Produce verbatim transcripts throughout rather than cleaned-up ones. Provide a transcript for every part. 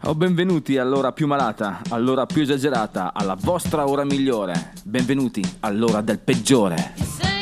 O benvenuti all'ora più malata, all'ora più esagerata, alla vostra ora migliore. Benvenuti all'ora del peggiore.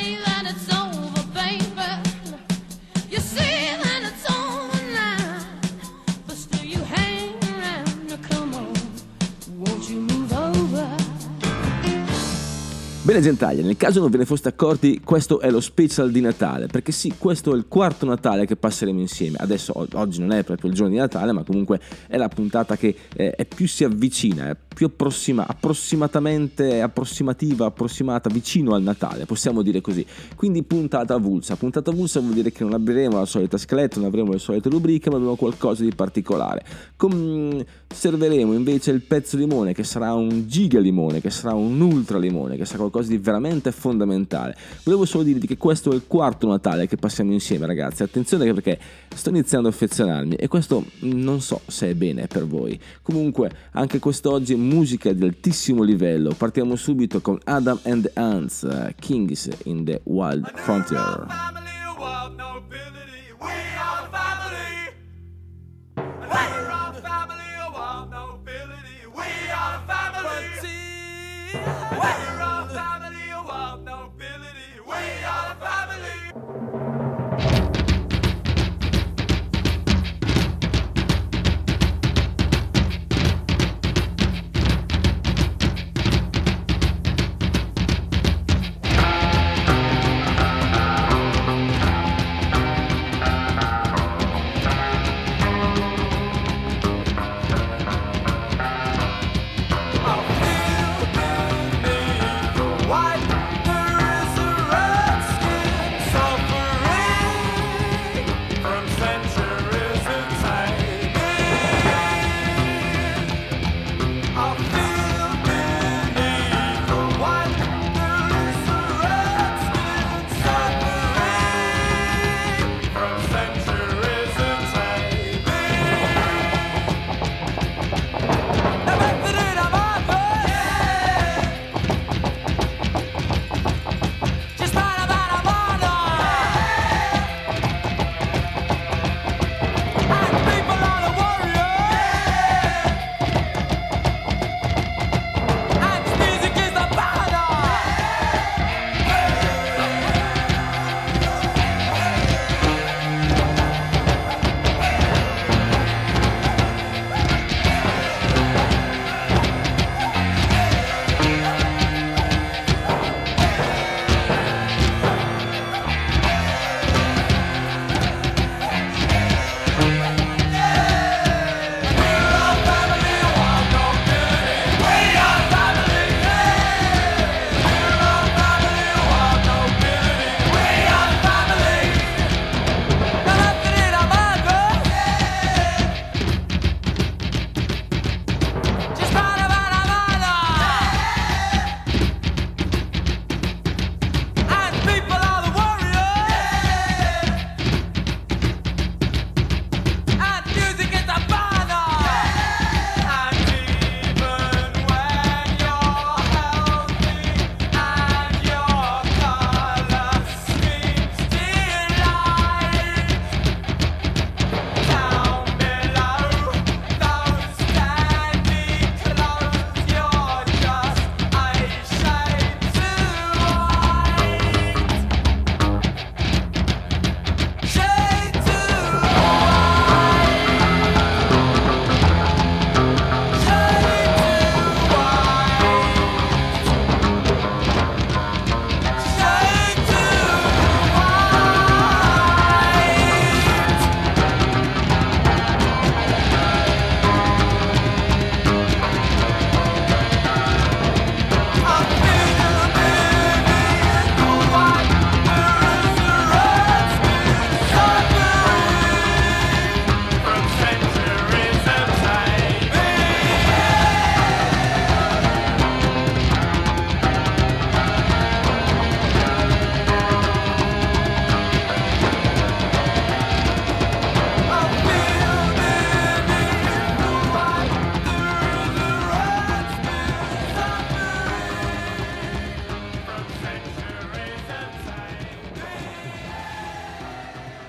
Bene gentaglia, nel caso non ve ne foste accorti, questo è lo special di Natale, perché sì, questo è il quarto Natale che passeremo insieme. Adesso, oggi non è proprio il giorno di Natale, ma comunque è la puntata che eh, è più si avvicina, è più approssima, approssimatamente, approssimativa, approssimata, vicino al Natale, possiamo dire così. Quindi puntata avulsa. Puntata avulsa vuol dire che non avremo la solita scaletta, non avremo le solite rubriche, ma avremo qualcosa di particolare. Com- serveremo invece il pezzo limone, che sarà un giga limone, che sarà un ultra limone, che sarà qualcosa di veramente fondamentale. Volevo solo dirvi che questo è il quarto Natale che passiamo insieme, ragazzi. Attenzione perché sto iniziando a affezionarmi e questo non so se è bene per voi. Comunque anche quest'oggi musica di altissimo livello. Partiamo subito con Adam and the Ants, uh, Kings in the Wild Frontier.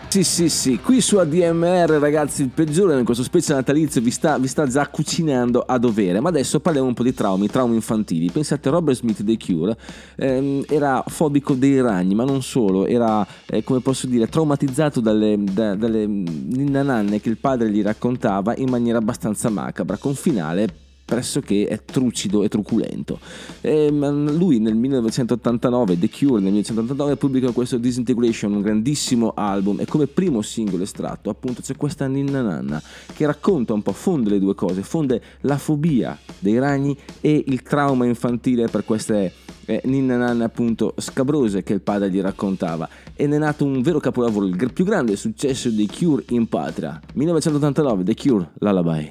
Sì, sì, sì, qui su A D M R ragazzi il peggiore in questo special natalizio vi sta, vi sta già cucinando a dovere, ma adesso parliamo un po' di traumi, traumi infantili. Pensate a Robert Smith dei Cure, ehm, era fobico dei ragni, ma non solo, era, eh, come posso dire, traumatizzato dalle, da, dalle ninna nanne che il padre gli raccontava in maniera abbastanza macabra, con finale pressoché è trucido e truculento. E lui nel millenovecentottantanove, The Cure nel millenovecentottantanove pubblica questo Disintegration, un grandissimo album, e come primo singolo estratto appunto c'è questa ninna nanna che racconta un po', fonde le due cose, fonde la fobia dei ragni e il trauma infantile per queste eh, ninna nanne appunto scabrose che il padre gli raccontava, e ne è nato un vero capolavoro, il più grande successo dei Cure in patria. millenovecentottantanove, The Cure, Lullaby.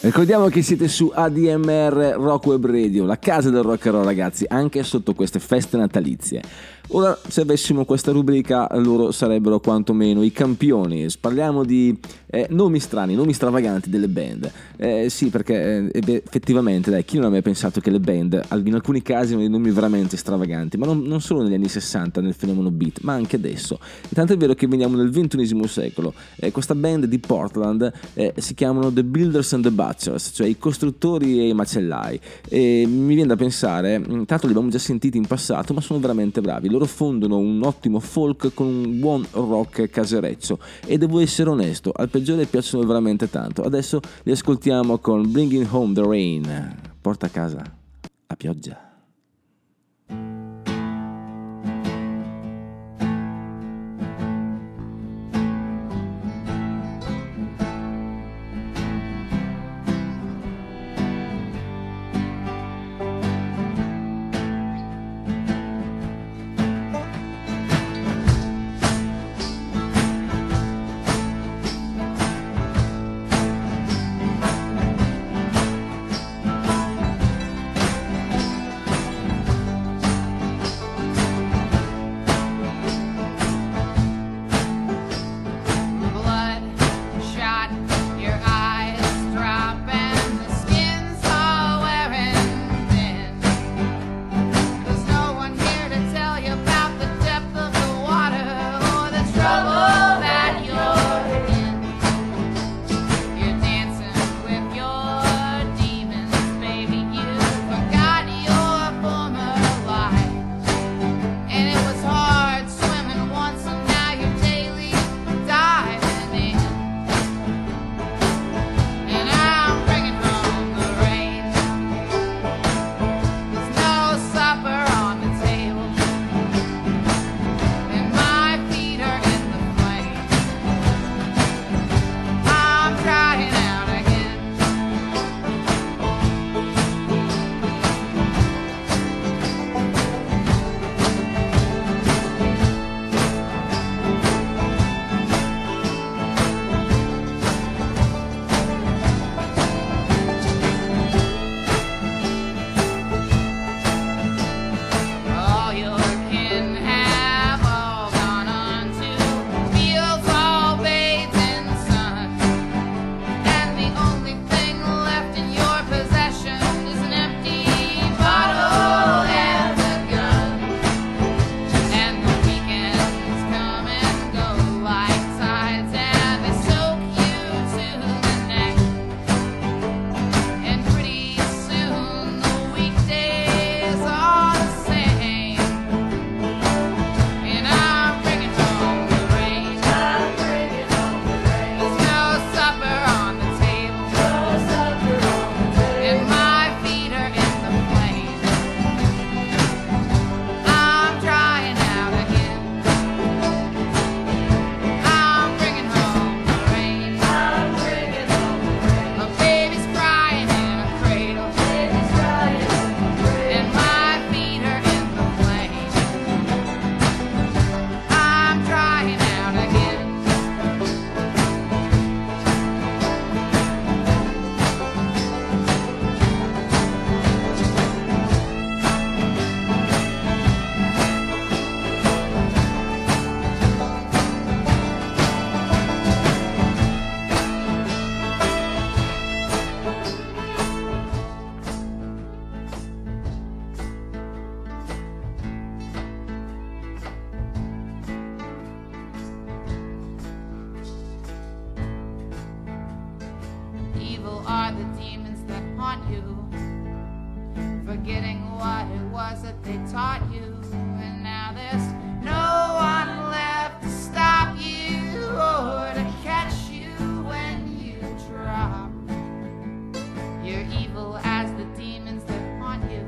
Ricordiamo che siete su A D M R Rock Web Radio, la casa del rock and roll, ragazzi, anche sotto queste feste natalizie. Ora, se avessimo questa rubrica, loro sarebbero quantomeno i campioni. Parliamo di eh, nomi strani, nomi stravaganti delle band. Eh, sì, perché eh, effettivamente, dai, chi non aveva pensato che le band in alcuni casi hanno dei nomi veramente stravaganti, ma non, non solo negli anni sessanta nel fenomeno beat, ma anche adesso. E tanto è vero che veniamo nel ventunesimo secolo. Eh, questa band di Portland eh, si chiamano The Builders and the Butchers, cioè i costruttori e i macellai. E mi viene da pensare, tanto li abbiamo già sentiti in passato, ma sono veramente bravi. Loro fondono un ottimo folk con un buon rock casereccio e devo essere onesto, al peggiore piacciono veramente tanto. Adesso li ascoltiamo con Bringing Home the Rain, porta a casa la pioggia. are the demons that haunt you, forgetting what it was that they taught you. And now there's no one left to stop you or to catch you when you drop. You're evil as the demons that haunt you,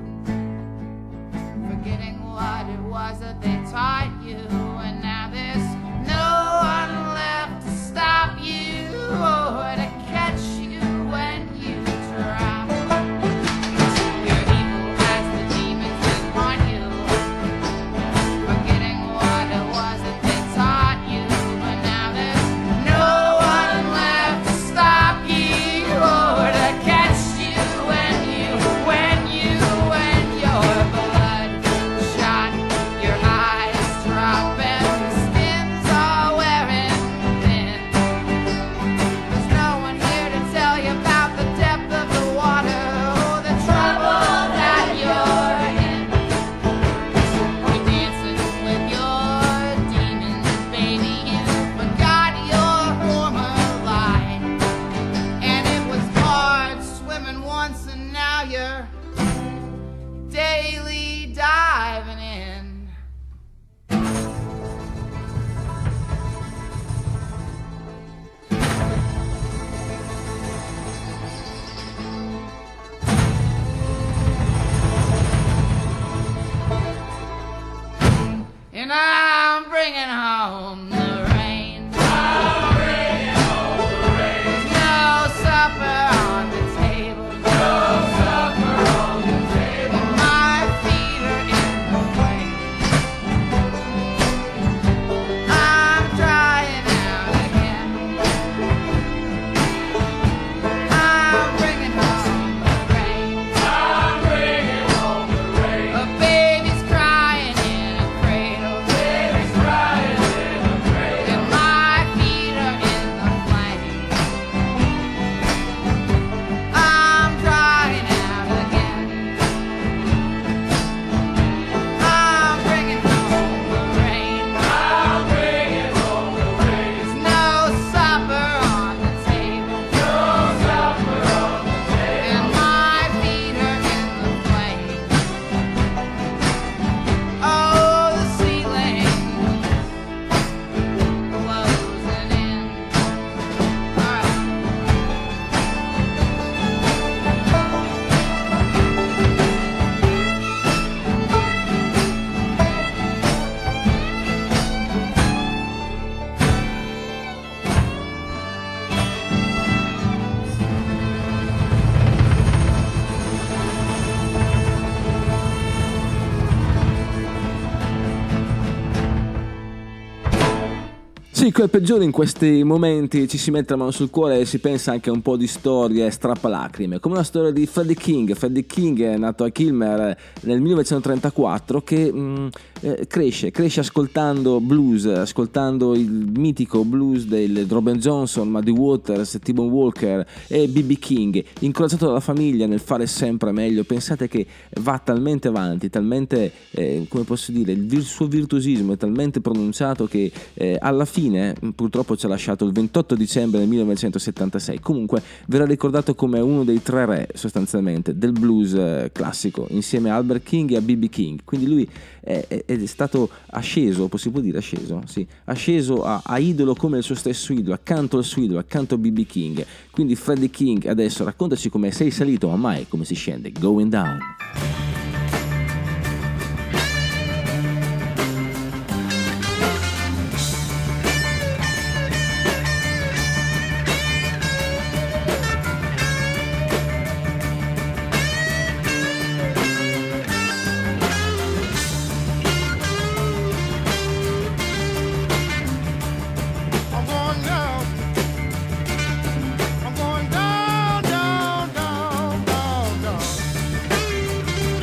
forgetting what it was that they taught you. And now there's no one left to stop you or to catch you when you drop. You're evil as the demons that haunt you, forgetting what it was that they taught you. But now there's no one left to stop you or to catch you. once and now you're daily diving in. And I'm bringing home the rain. I'm bringing home the rain. No supper on the table. No supper on the table. And my feet are in the flames. I'm drying out again. I'm bringing home the rain. I'm bringing home the rain. A baby's crying in a cradle. Baby's crying in a cradle. And my feet are in the flames. I'm drying out again. I'm bringing home the rain. I'm bringing home the rain. There's no supper on the table. No supper on the table. And my feet are in the flames. Oh, the ceiling closing in. All right. Sì, quel peggiore in questi momenti ci si mette la mano sul cuore e si pensa anche a un po' di storie strappalacrime, come la storia di Freddie King. Freddie King è nato a Kilmer nel millenovecentotrentaquattro, che mh, eh, cresce, cresce ascoltando blues, ascoltando il mitico blues del Robin Johnson, Muddy Waters, T-Bone Walker e B B King, incoraggiato dalla famiglia nel fare sempre meglio. Pensate che va talmente avanti, talmente, eh, come posso dire, il, il suo virtuosismo è talmente pronunciato che eh, alla fine purtroppo ci ha lasciato il ventotto dicembre del millenovecentosettantasei. Comunque verrà ricordato come uno dei tre re sostanzialmente del blues eh, classico, insieme a Albert King e a B B King. Quindi lui è, è, è stato asceso, si può dire asceso? Sì, asceso a, a idolo come il suo stesso idolo, accanto al suo idolo, accanto a B B King. Quindi Freddie King, adesso raccontaci come sei salito, ma mai come si scende. Going Down. I'm going down. I'm going down, down, down, down, down.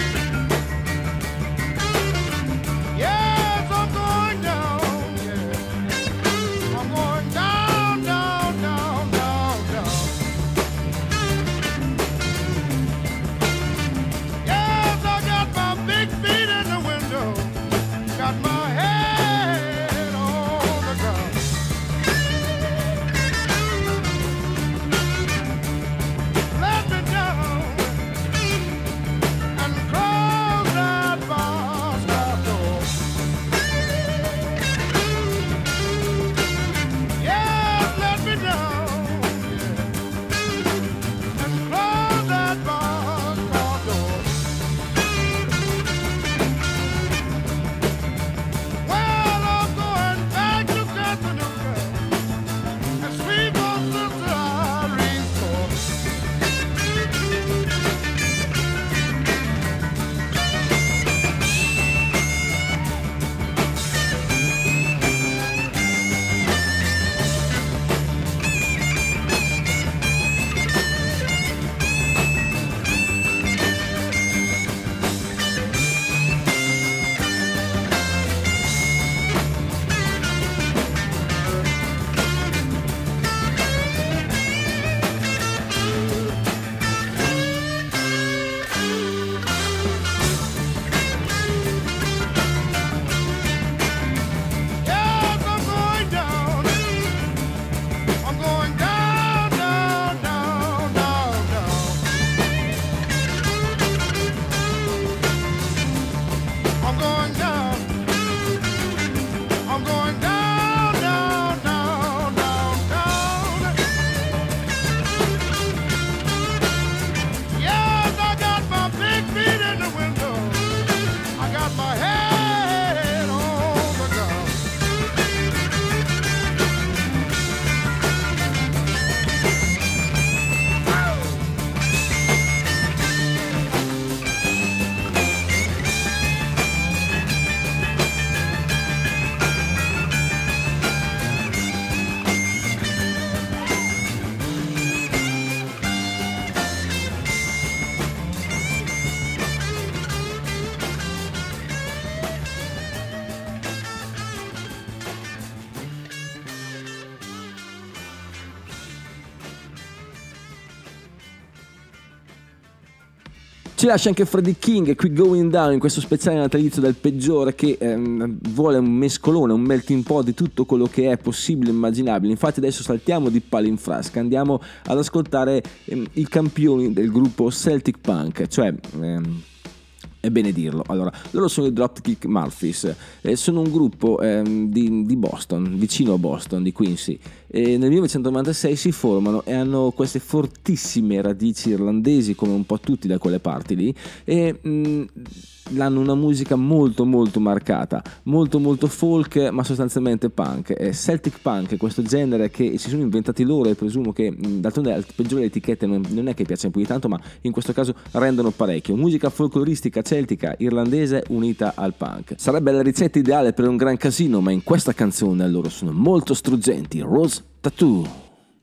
Ci lascia anche Freddie King, qui Going Down, in questo speciale natalizio del peggiore, che ehm, vuole un mescolone, un melting pot di tutto quello che è possibile e immaginabile. Infatti adesso saltiamo di palo in frasca, andiamo ad ascoltare ehm, i campioni del gruppo Celtic Punk, cioè... Ehm, è bene dirlo. Allora, loro sono i Dropkick Murphys, eh, sono un gruppo ehm, di, di Boston, vicino a Boston, di Quincy, e nel millenovecentonovantasei si formano e hanno queste fortissime radici irlandesi, come un po' tutti da quelle parti lì, e mh, hanno una musica molto molto marcata, molto molto folk, ma sostanzialmente punk. eh, Celtic Punk è questo genere che si sono inventati loro, e presumo che mh, d'altronde al peggiore le etichette non, non è che piacciono più di tanto, ma in questo caso rendono parecchio. Musica folcloristica celtica irlandese unita al punk. Sarebbe la ricetta ideale per un gran casino, ma in questa canzone loro sono molto struggenti. Rose Tattoo.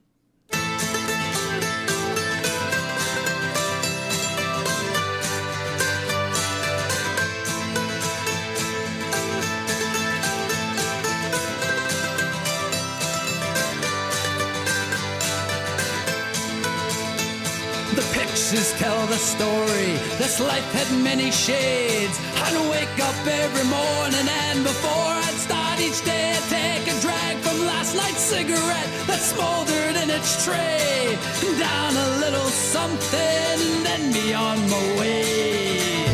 Tell the story, this life had many shades. I'd wake up every morning and before I'd start each day I'd take a drag from last night's cigarette that smoldered in its tray. Down a little something and then be on my way.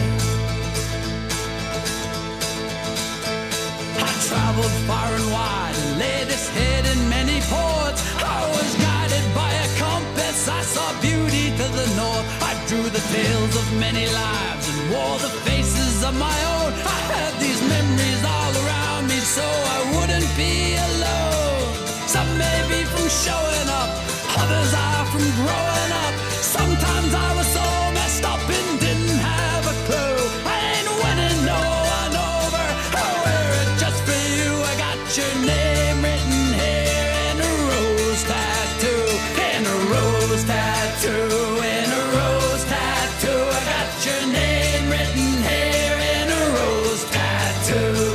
I traveled far and wide and laid this head in many ports. I was guided by a compass, I saw beauty to the north. I drew the tales of many lives and wore the faces of my own. I had these memories all around me so I wouldn't be alone. Some may be from showing up, others are from growing up. Sometimes I was so messed up and didn't have a clue. I ain't winning no one over, I wear it just for you. I got your name written here in a rose tattoo, in a rose tattoo, in a rose tattoo. I got your name written here in a rose tattoo.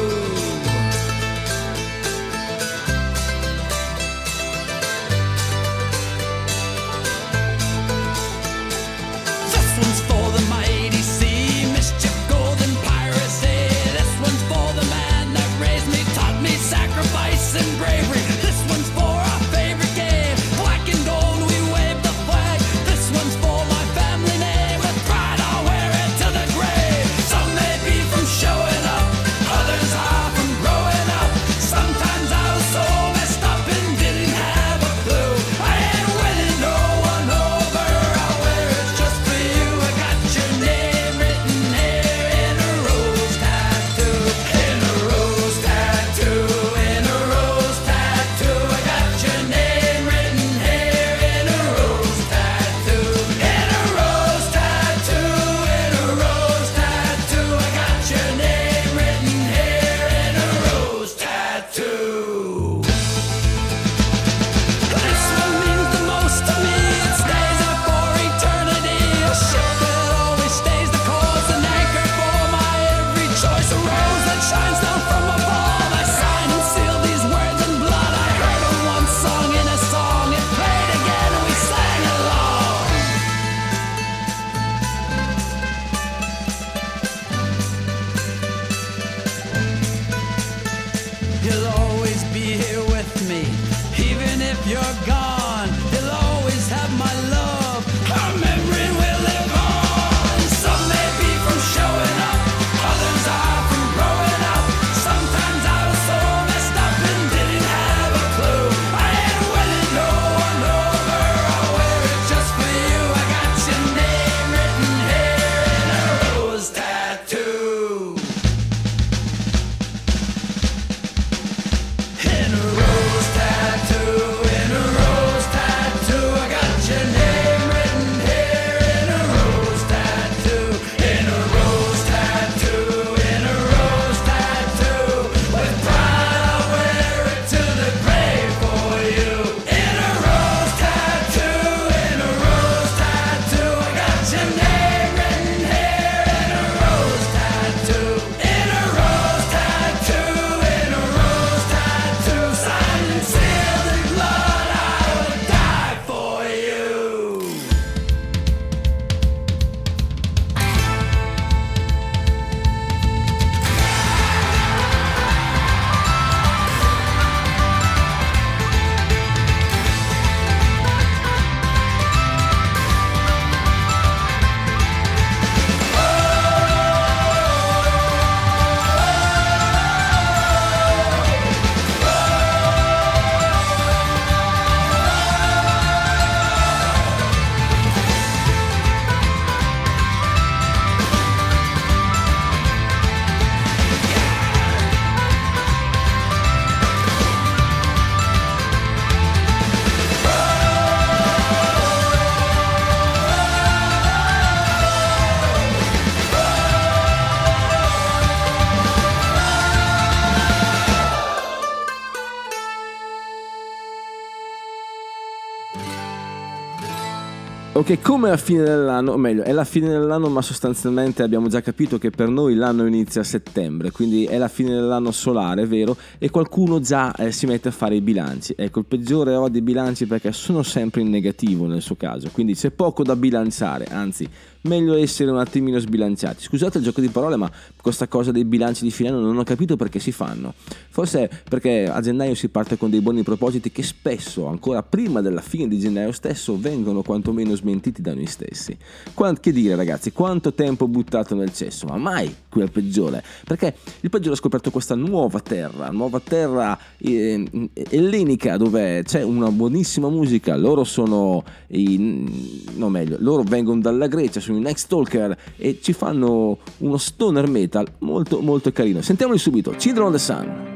Ok, come la fine dell'anno, o meglio, è la fine dell'anno, ma sostanzialmente abbiamo già capito che per noi l'anno inizia a settembre, quindi è la fine dell'anno solare, vero? E qualcuno già eh, si mette a fare i bilanci. Ecco, il peggiore odia i bilanci perché sono sempre in negativo nel suo caso, quindi c'è poco da bilanciare, anzi, meglio essere un attimino sbilanciati. Scusate il gioco di parole, ma questa cosa dei bilanci di fine anno non ho capito perché si fanno. Forse perché a gennaio si parte con dei buoni propositi che spesso, ancora prima della fine di gennaio stesso, vengono quantomeno smentiti da noi stessi. Quant- che dire ragazzi, quanto tempo buttato nel cesso, ma mai qui al peggiore, perché il peggiore ha scoperto questa nuova terra, nuova terra eh, ellenica dove c'è una buonissima musica. Loro sono i, no meglio, loro vengono dalla Grecia, sono i Next Talker e ci fanno uno stoner metal molto molto carino. Sentiamoli subito, Children of the Sun.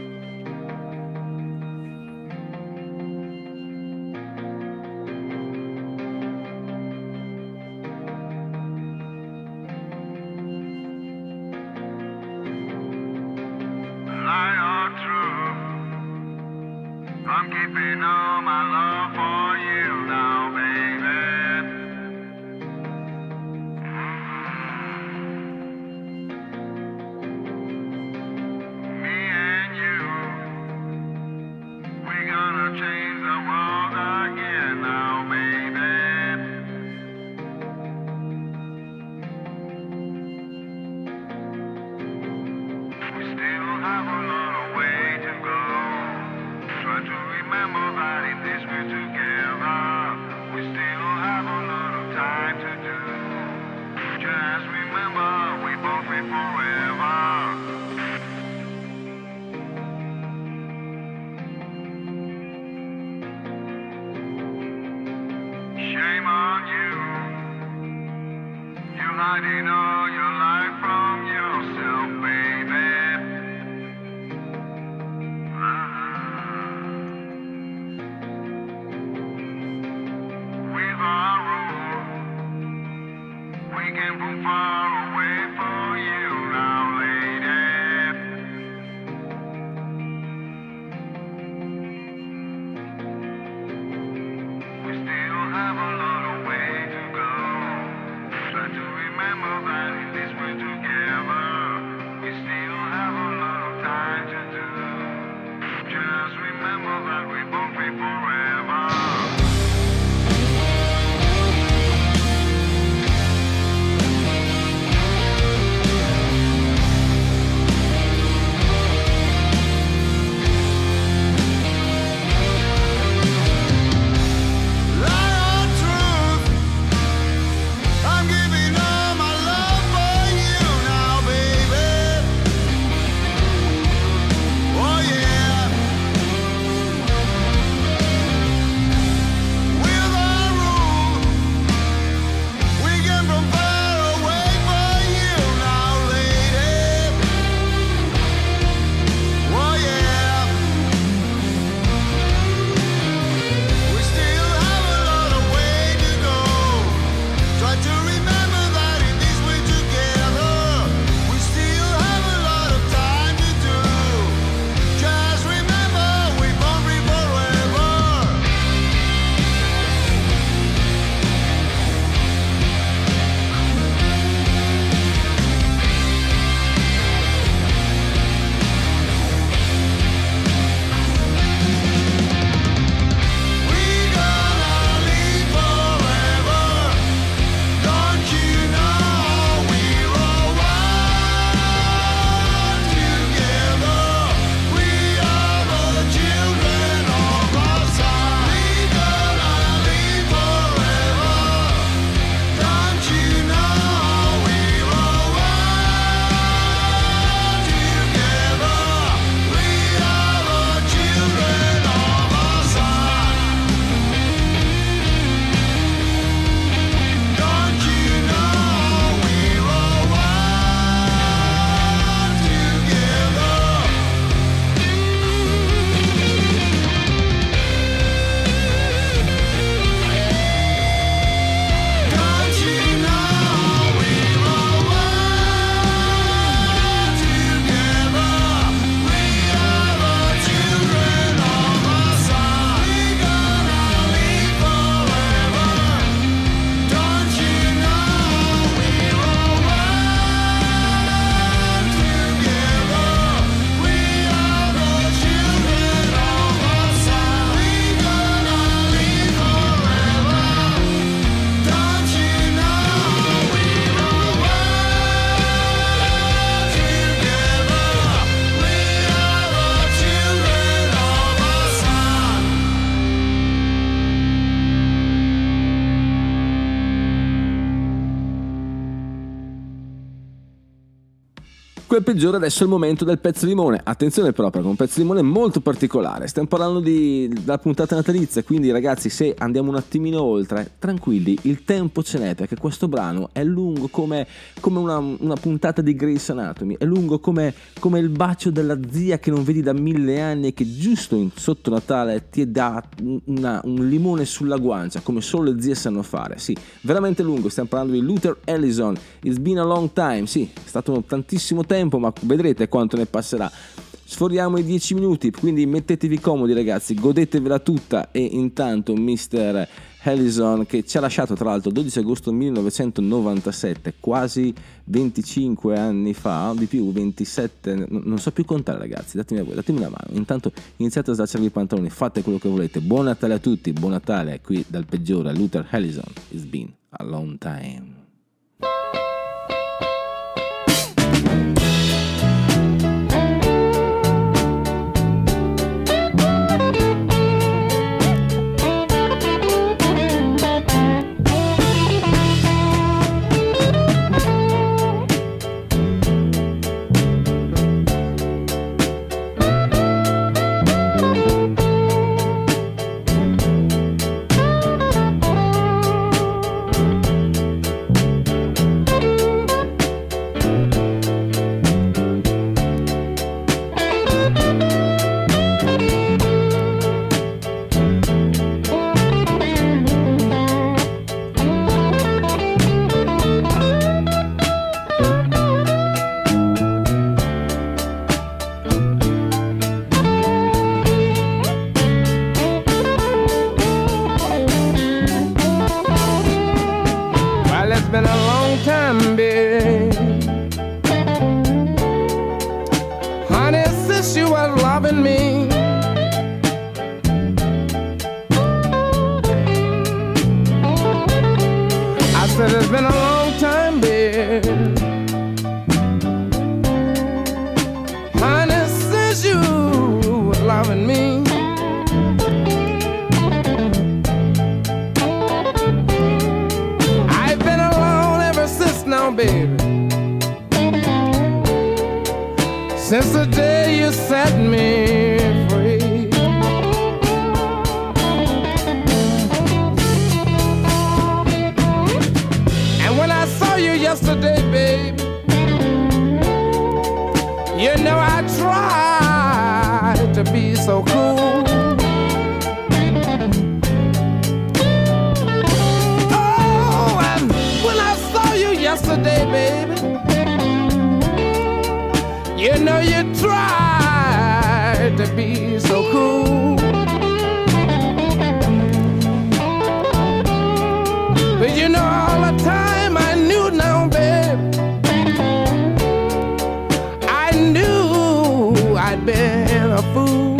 I'm keeping all my love for you now, baby. Me and you, we gonna change the world again now, baby. We still have a lot of way to go. Try to remember that in this we're together. We still have a lot of time to do. Just remember we both live forever. Shame on you. You're hiding all your life from yourself, baby. With our rule, we came from far away for you now, lady. We still have a lot of way to go. Try to remember that in this we're together. We still have a lot of time to do. Just remember that we both live forever. I'm giving all my love for you now, baby. Quel peggiore, adesso è il momento del pezzo limone. Attenzione però, perché è un pezzo limone molto particolare. Stiamo parlando di, della puntata natalizia, quindi ragazzi, se andiamo un attimino oltre, tranquilli, il tempo ce n'è, perché questo brano è lungo come, come una, una puntata di Grey's Anatomy, è lungo come, come il bacio della zia che non vedi da mille anni e che giusto in, sotto Natale ti dà una, un limone sulla guancia, come solo le zie sanno fare. Sì, veramente lungo. Stiamo parlando di Luther Allison, It's Been a Long Time. Sì, è stato tantissimo tempo, ma vedrete quanto ne passerà. Sforiamo i dieci minuti, quindi mettetevi comodi ragazzi, godetevela tutta. E intanto mister Allison, che ci ha lasciato tra l'altro dodici agosto millenovecentonovantasette, quasi venticinque anni fa, di più, ventisette, non so più contare ragazzi, datemi, datemi una mano. Intanto iniziate a slacciarvi i pantaloni, fate quello che volete. Buon Natale a tutti, buon Natale qui dal peggiore Luther Allison. It's been a long time. Since the day you set me free, and when I saw you yesterday, baby, you know I tried to be so cool. Oh, and when I saw you yesterday, baby, you know you tried to be so cool. But you know all the time I knew now, babe, I knew I'd been a fool.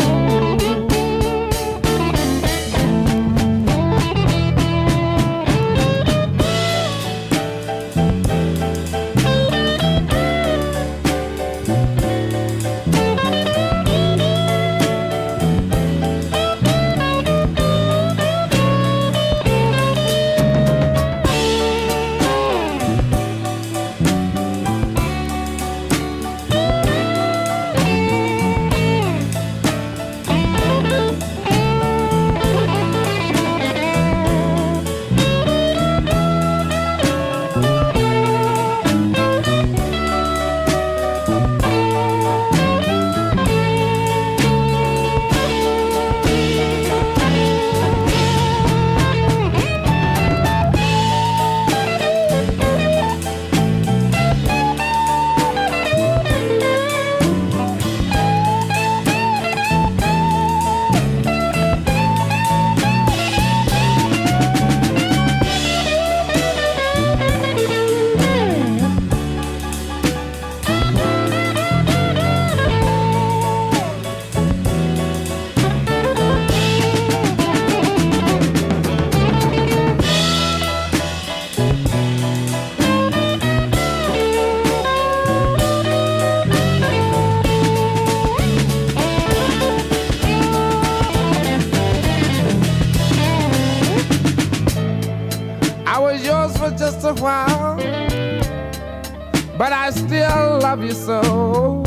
Just a while, but I still love you so.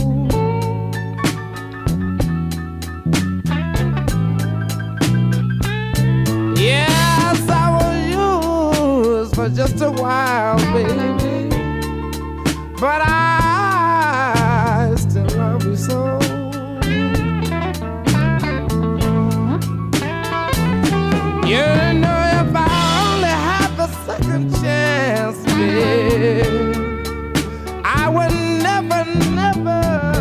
Yes, I was yours for just a while, baby, but I still love you so. You know, if I only had the second chance, babe, I would never, never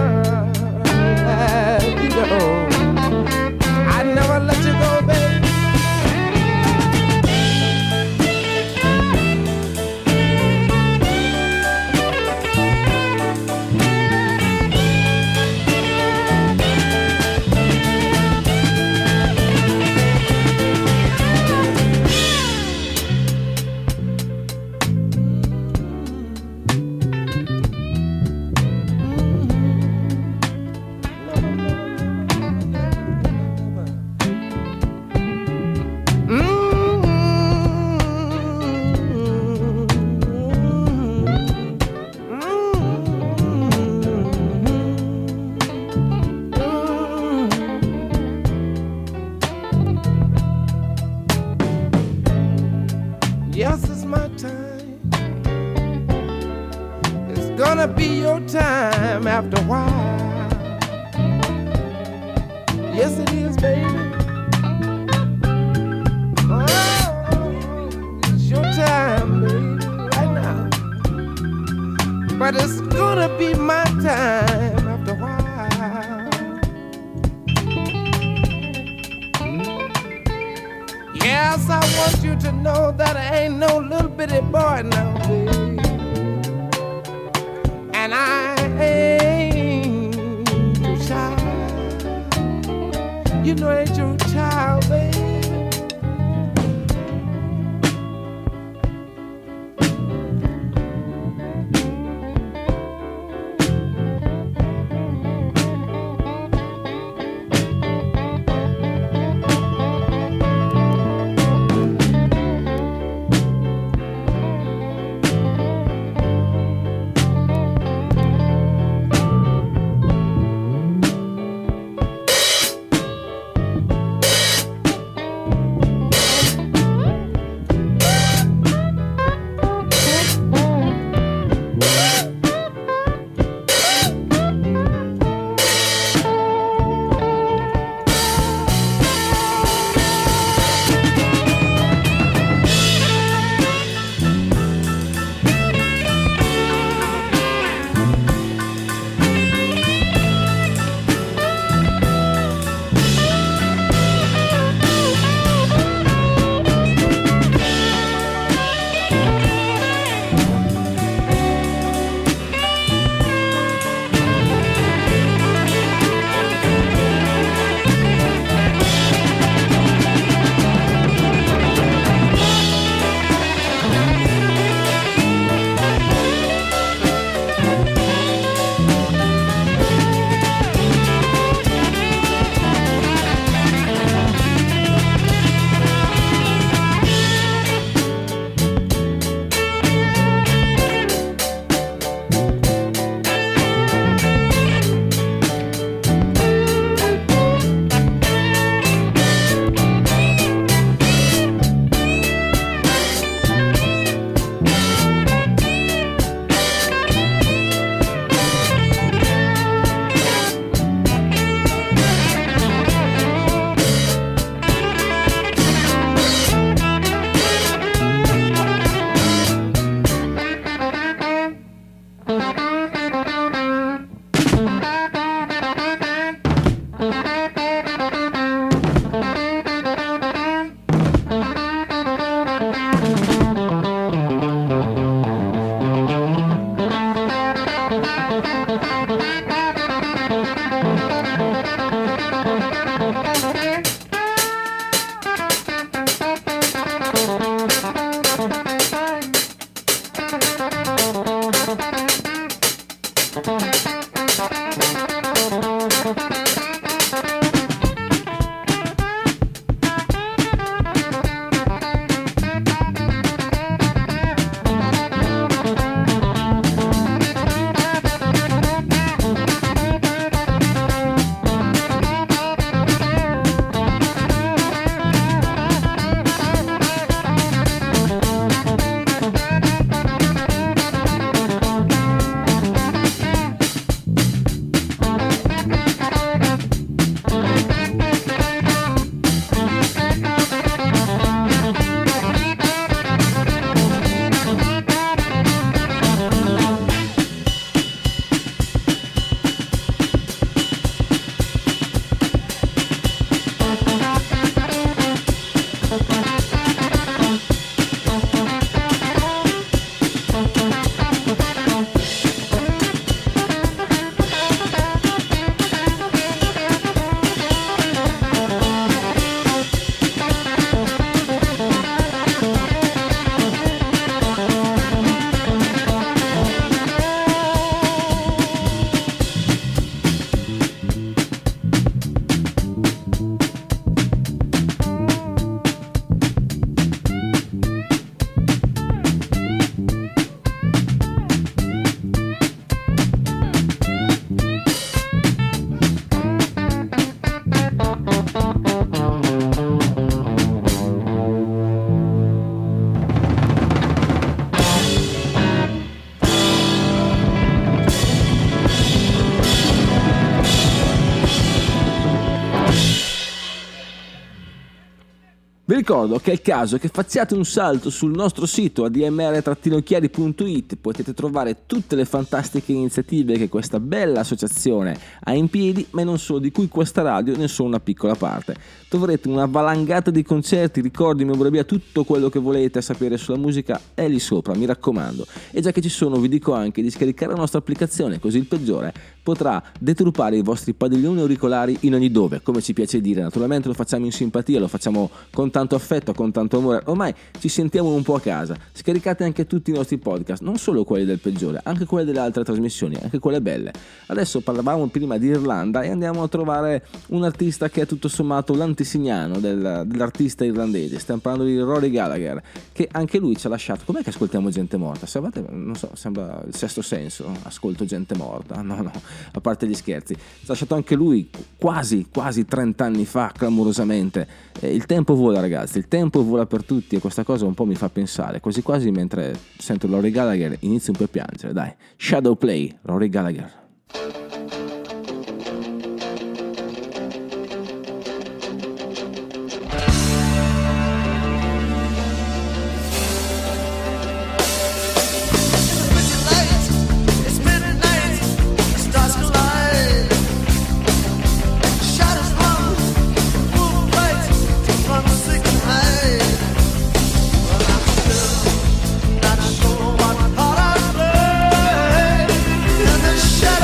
let you go. I'd never let you go, babe. Yes, it's my time. It's gonna be your time after a while. Yes, it is, baby. Oh, it's your time, baby, right now. But it's gonna be my time after a while. Yes, I want you to know that I ain't no little bitty boy now, babe. And I ain't your child. You know I ain't your child, babe. Vi ricordo che è il caso che facciate un salto sul nostro sito a d m r chiari punto i t, potete trovare tutte le fantastiche iniziative che questa bella associazione ha in piedi, ma non solo, di cui questa radio ne sono una piccola parte. Troverete una valangata di concerti, ricordi, memorabilia, tutto quello che volete sapere sulla musica è lì sopra, mi raccomando. E già che ci sono, vi dico anche di scaricare la nostra applicazione, così il peggiore potrà deturpare i vostri padiglioni auricolari in ogni dove, come ci piace dire. Naturalmente lo facciamo in simpatia, lo facciamo con tanto affetto, con tanto amore, ormai ci sentiamo un po' a casa. Scaricate anche tutti i nostri podcast, non solo quelli del peggiore, anche quelli delle altre trasmissioni, anche quelle belle. Adesso parlavamo prima di Irlanda e andiamo a trovare un artista che è tutto sommato l'antesignano del, dell'artista irlandese. Stiamo parlando di Rory Gallagher, che anche lui ci ha lasciato. Com'è che ascoltiamo gente morta? Sembra, non so, sembra il Sesto Senso, ascolto gente morta. No, no, a parte gli scherzi. Ci ha lasciato anche lui quasi, quasi trenta anni fa, clamorosamente. Eh, il tempo vola, ragazzi, il tempo vola per tutti e questa cosa un po' mi fa pensare. Quasi quasi mentre sento Rory Gallagher inizio un po' a piangere. Dai, Shadow Play, Rory Gallagher. Shadow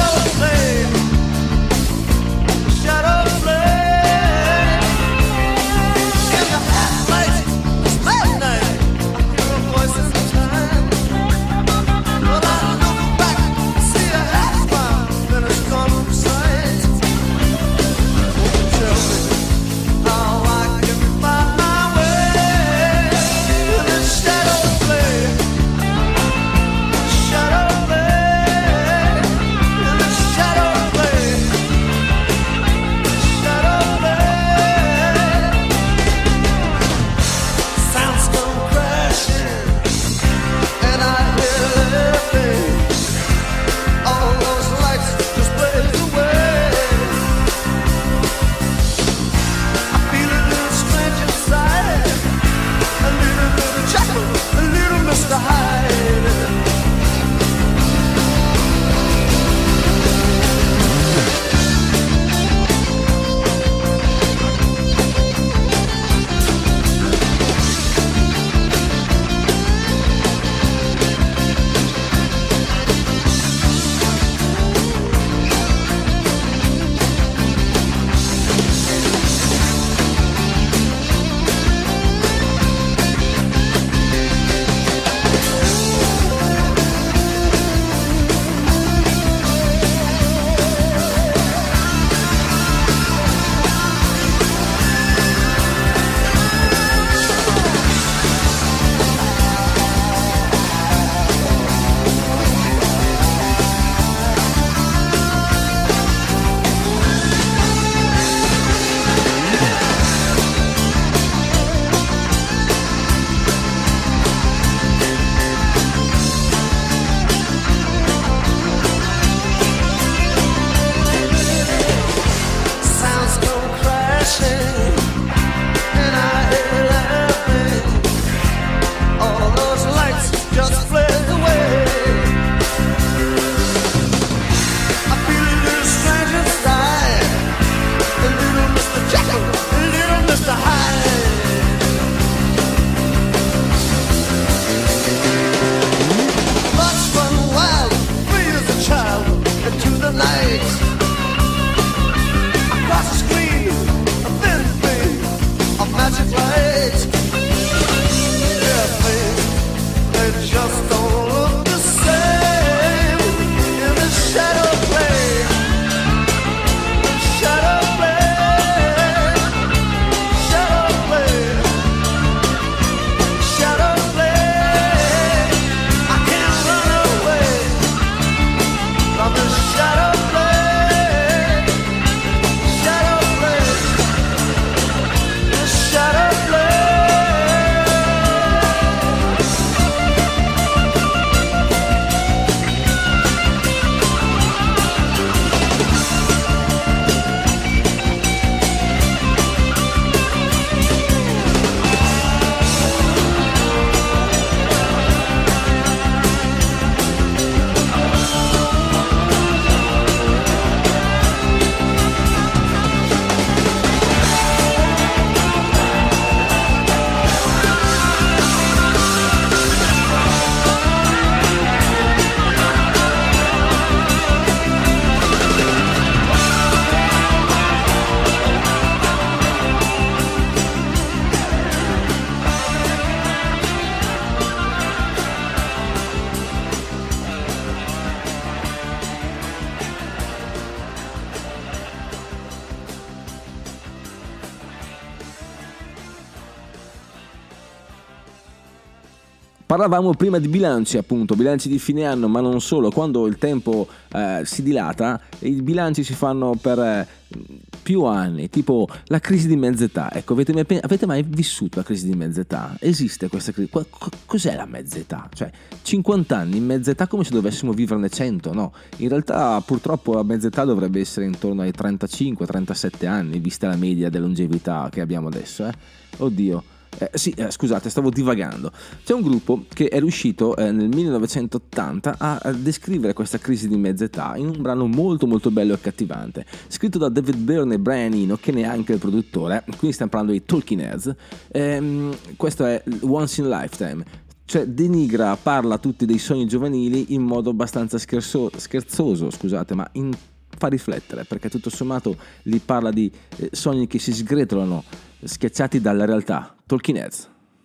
Parlavamo prima di bilanci, appunto, bilanci di fine anno, ma non solo. Quando il tempo eh, si dilata, i bilanci si fanno per eh, più anni, tipo la crisi di mezza età. Ecco, avete mai, avete mai vissuto la crisi di mezza età? Esiste questa crisi? Cos'è la mezza età? Cioè, cinquanta anni in mezza età come se dovessimo viverne cento, no? In realtà, purtroppo, la mezza età dovrebbe essere intorno ai trentacinque trentasette anni, vista la media della longevità che abbiamo adesso, eh? Oddio. Eh, sì, eh, scusate, stavo divagando. C'è un gruppo che è riuscito eh, nel millenovecentottanta a, a descrivere questa crisi di mezza età in un brano molto molto bello e accattivante, scritto da David Byrne e Brian Eno, che ne è anche il produttore. Quindi stiamo parlando di Talking Heads. Ehm, questo è Once in a Lifetime. Cioè denigra, parla a tutti dei sogni giovanili in modo abbastanza scherzo, scherzoso, scusate, ma in, fa riflettere, perché tutto sommato li parla di eh, sogni che si sgretolano, schiacciati dalla realtà. Talking Heads.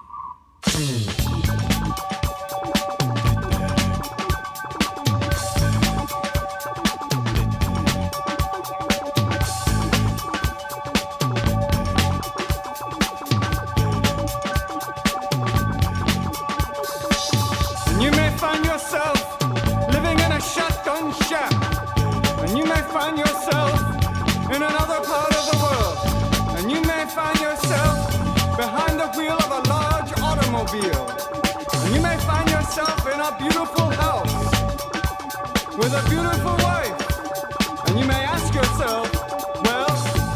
You may find yourself living in a shotgun shack, and you may find yourself in another part of the world, and you may find yourself behind the wheel of a large automobile, and you may find yourself in a beautiful house with a beautiful wife, and you may ask yourself, well,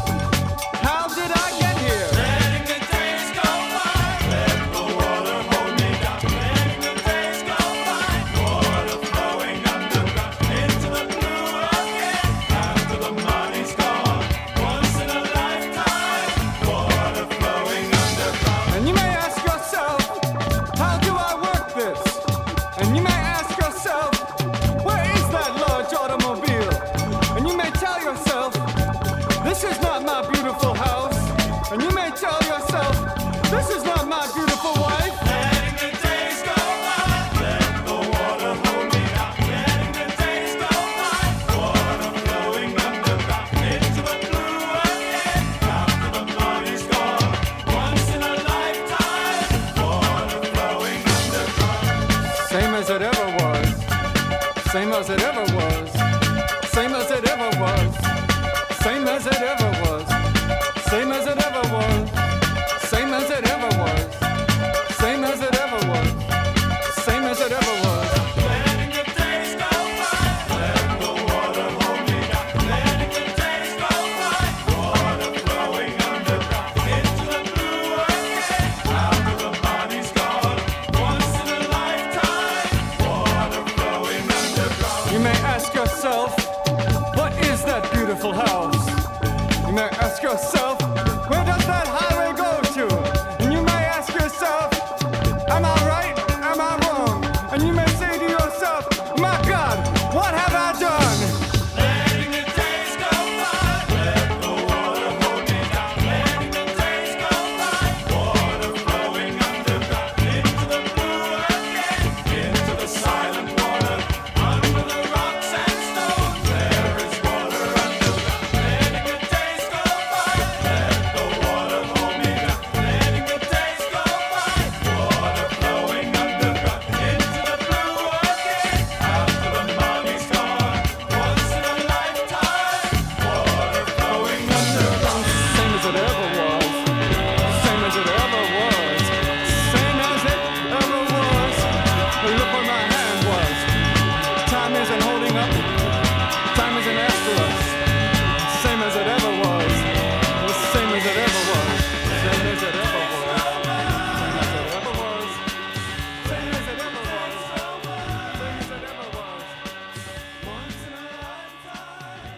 how did I get here? Letting the days go by, let the water hold me down. Letting the days go by, water flowing underground into the blue again. After the money's gone, once in a lifetime, water flowing underground. And you may ask yourself, how do I work this? And you may ask yourself, where is that large automobile? And you may tell yourself, this is not my beautiful house. And you may tell yourself, this is not my beautiful wife. Letting the days go by, let the water hold me down. Letting the days go by, water flowing underground into the blue again. After the money's gone, once in a lifetime, water flowing underground. Same as it ever was, same as it ever was, same as it ever was, same as it ever was, same as it ever was, same as it ever was, same as it ever was, same as it ever was. Letting the days go by, let the water hold me down. Letting the days go by, water flowing underground into the blue again. After the money's gone, once in a lifetime, water flowing underground. You may ask yourself, what is that beautiful house? You may ask yourself, where does that highway go to? And you may ask yourself, am I right? Am I wrong? And you may say to yourself, my God, what have I done? Letting the days go by, let the water hold me down. Letting the days go by, water flowing underground into the blue again, into the silent water, under the rocks and stones. There is water underground. Letting the days go by, let the water hold me down. Letting the days go by, water flowing underground into the blue again. After the money's gone, once in a lifetime, water flowing underground. Same as it ever was, same as it ever was, same as it ever was. Look where my hand was. Time isn't holding up, time isn't after us. Same as it ever was, same as it ever was, same as it ever was, same as it ever was, same as it ever was, same as it ever was. Once in a lifetime.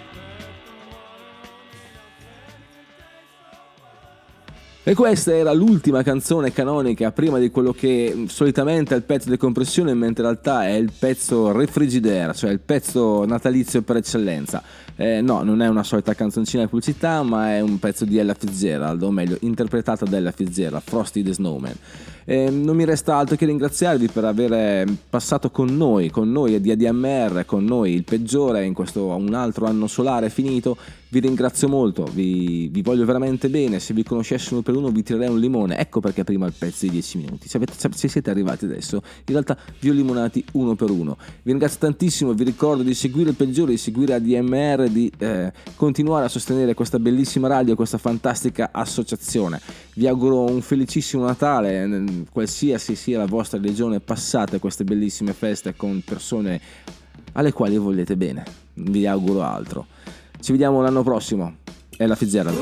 E questa era l'ultima canzone canonica prima di quello che solitamente è il pezzo di compressione, mentre in realtà è il pezzo refrigidera, cioè il pezzo natalizio per eccellenza. Eh, no, non è una solita canzoncina di pubblicità, ma è un pezzo di Ella Fitzgerald, o meglio, interpretata da Ella Fitzgerald, Frosty the Snowman. Eh, non mi resta altro che ringraziarvi per aver passato con noi, con noi di A D M R, con noi il peggiore in questo un altro anno solare finito. Vi ringrazio molto, vi, vi voglio veramente bene. Se vi conoscessimo per per uno vi tirerei un limone, ecco perché prima il pezzo di dieci minuti. Se, avete, se siete arrivati adesso, in realtà vi ho limonati uno per uno. Vi ringrazio tantissimo, vi ricordo di seguire il peggiore, di seguire A D M R, di eh, continuare a sostenere questa bellissima radio, questa fantastica associazione. Vi auguro un felicissimo Natale, qualsiasi sia la vostra religione, passate queste bellissime feste con persone alle quali volete bene, vi auguro altro. Ci vediamo l'anno prossimo, è la Fitzgerald.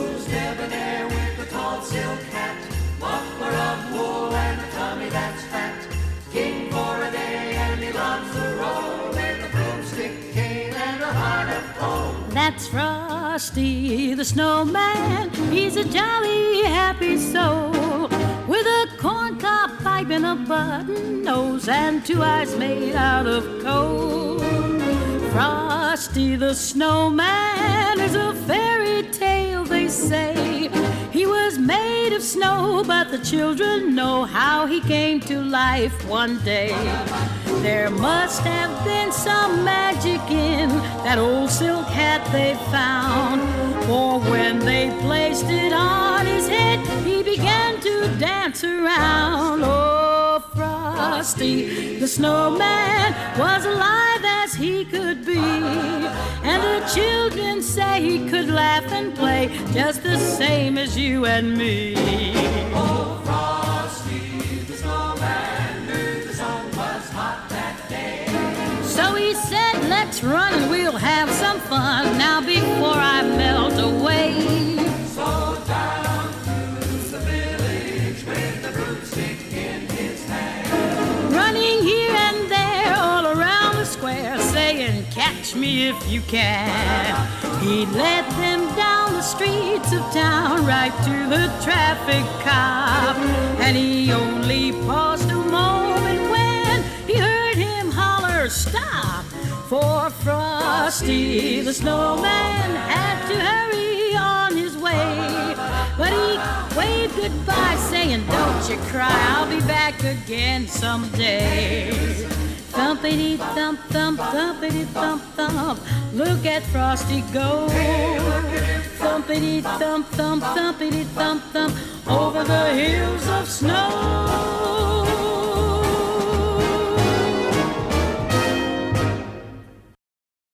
That's Frosty the Snowman. He's a jolly, happy soul with a corncob pipe and a button nose and two eyes made out of coal. Frosty the Snowman is a fairy tale, they say. He was made of snow, but the children know how he came to life one day. There must have been some magic in that old silk hat they found, for when they placed it on his head, he began to dance around. Oh, Frosty the Snowman was alive as he could be, and the children say he could laugh and play just the same as you and me. Oh, Frosty the Snowman knew the sun was hot that day. So he said, let's run and we'll have some fun now before I melt away. So down through the village with the broomstick in his hand, running here and there all around the square, saying, catch me if you can. He led them down the streets of town right to the traffic cop, and he only paused a moment when he heard him holler, stop! For Frosty the Snowman had to hurry on his way, but he waved goodbye saying, don't you cry, I'll be back again someday. Thumpity thump thump, thumpity thump thump, look at Frosty go. Thumpity thump thump, thumpity thump thump, over the hills of snow.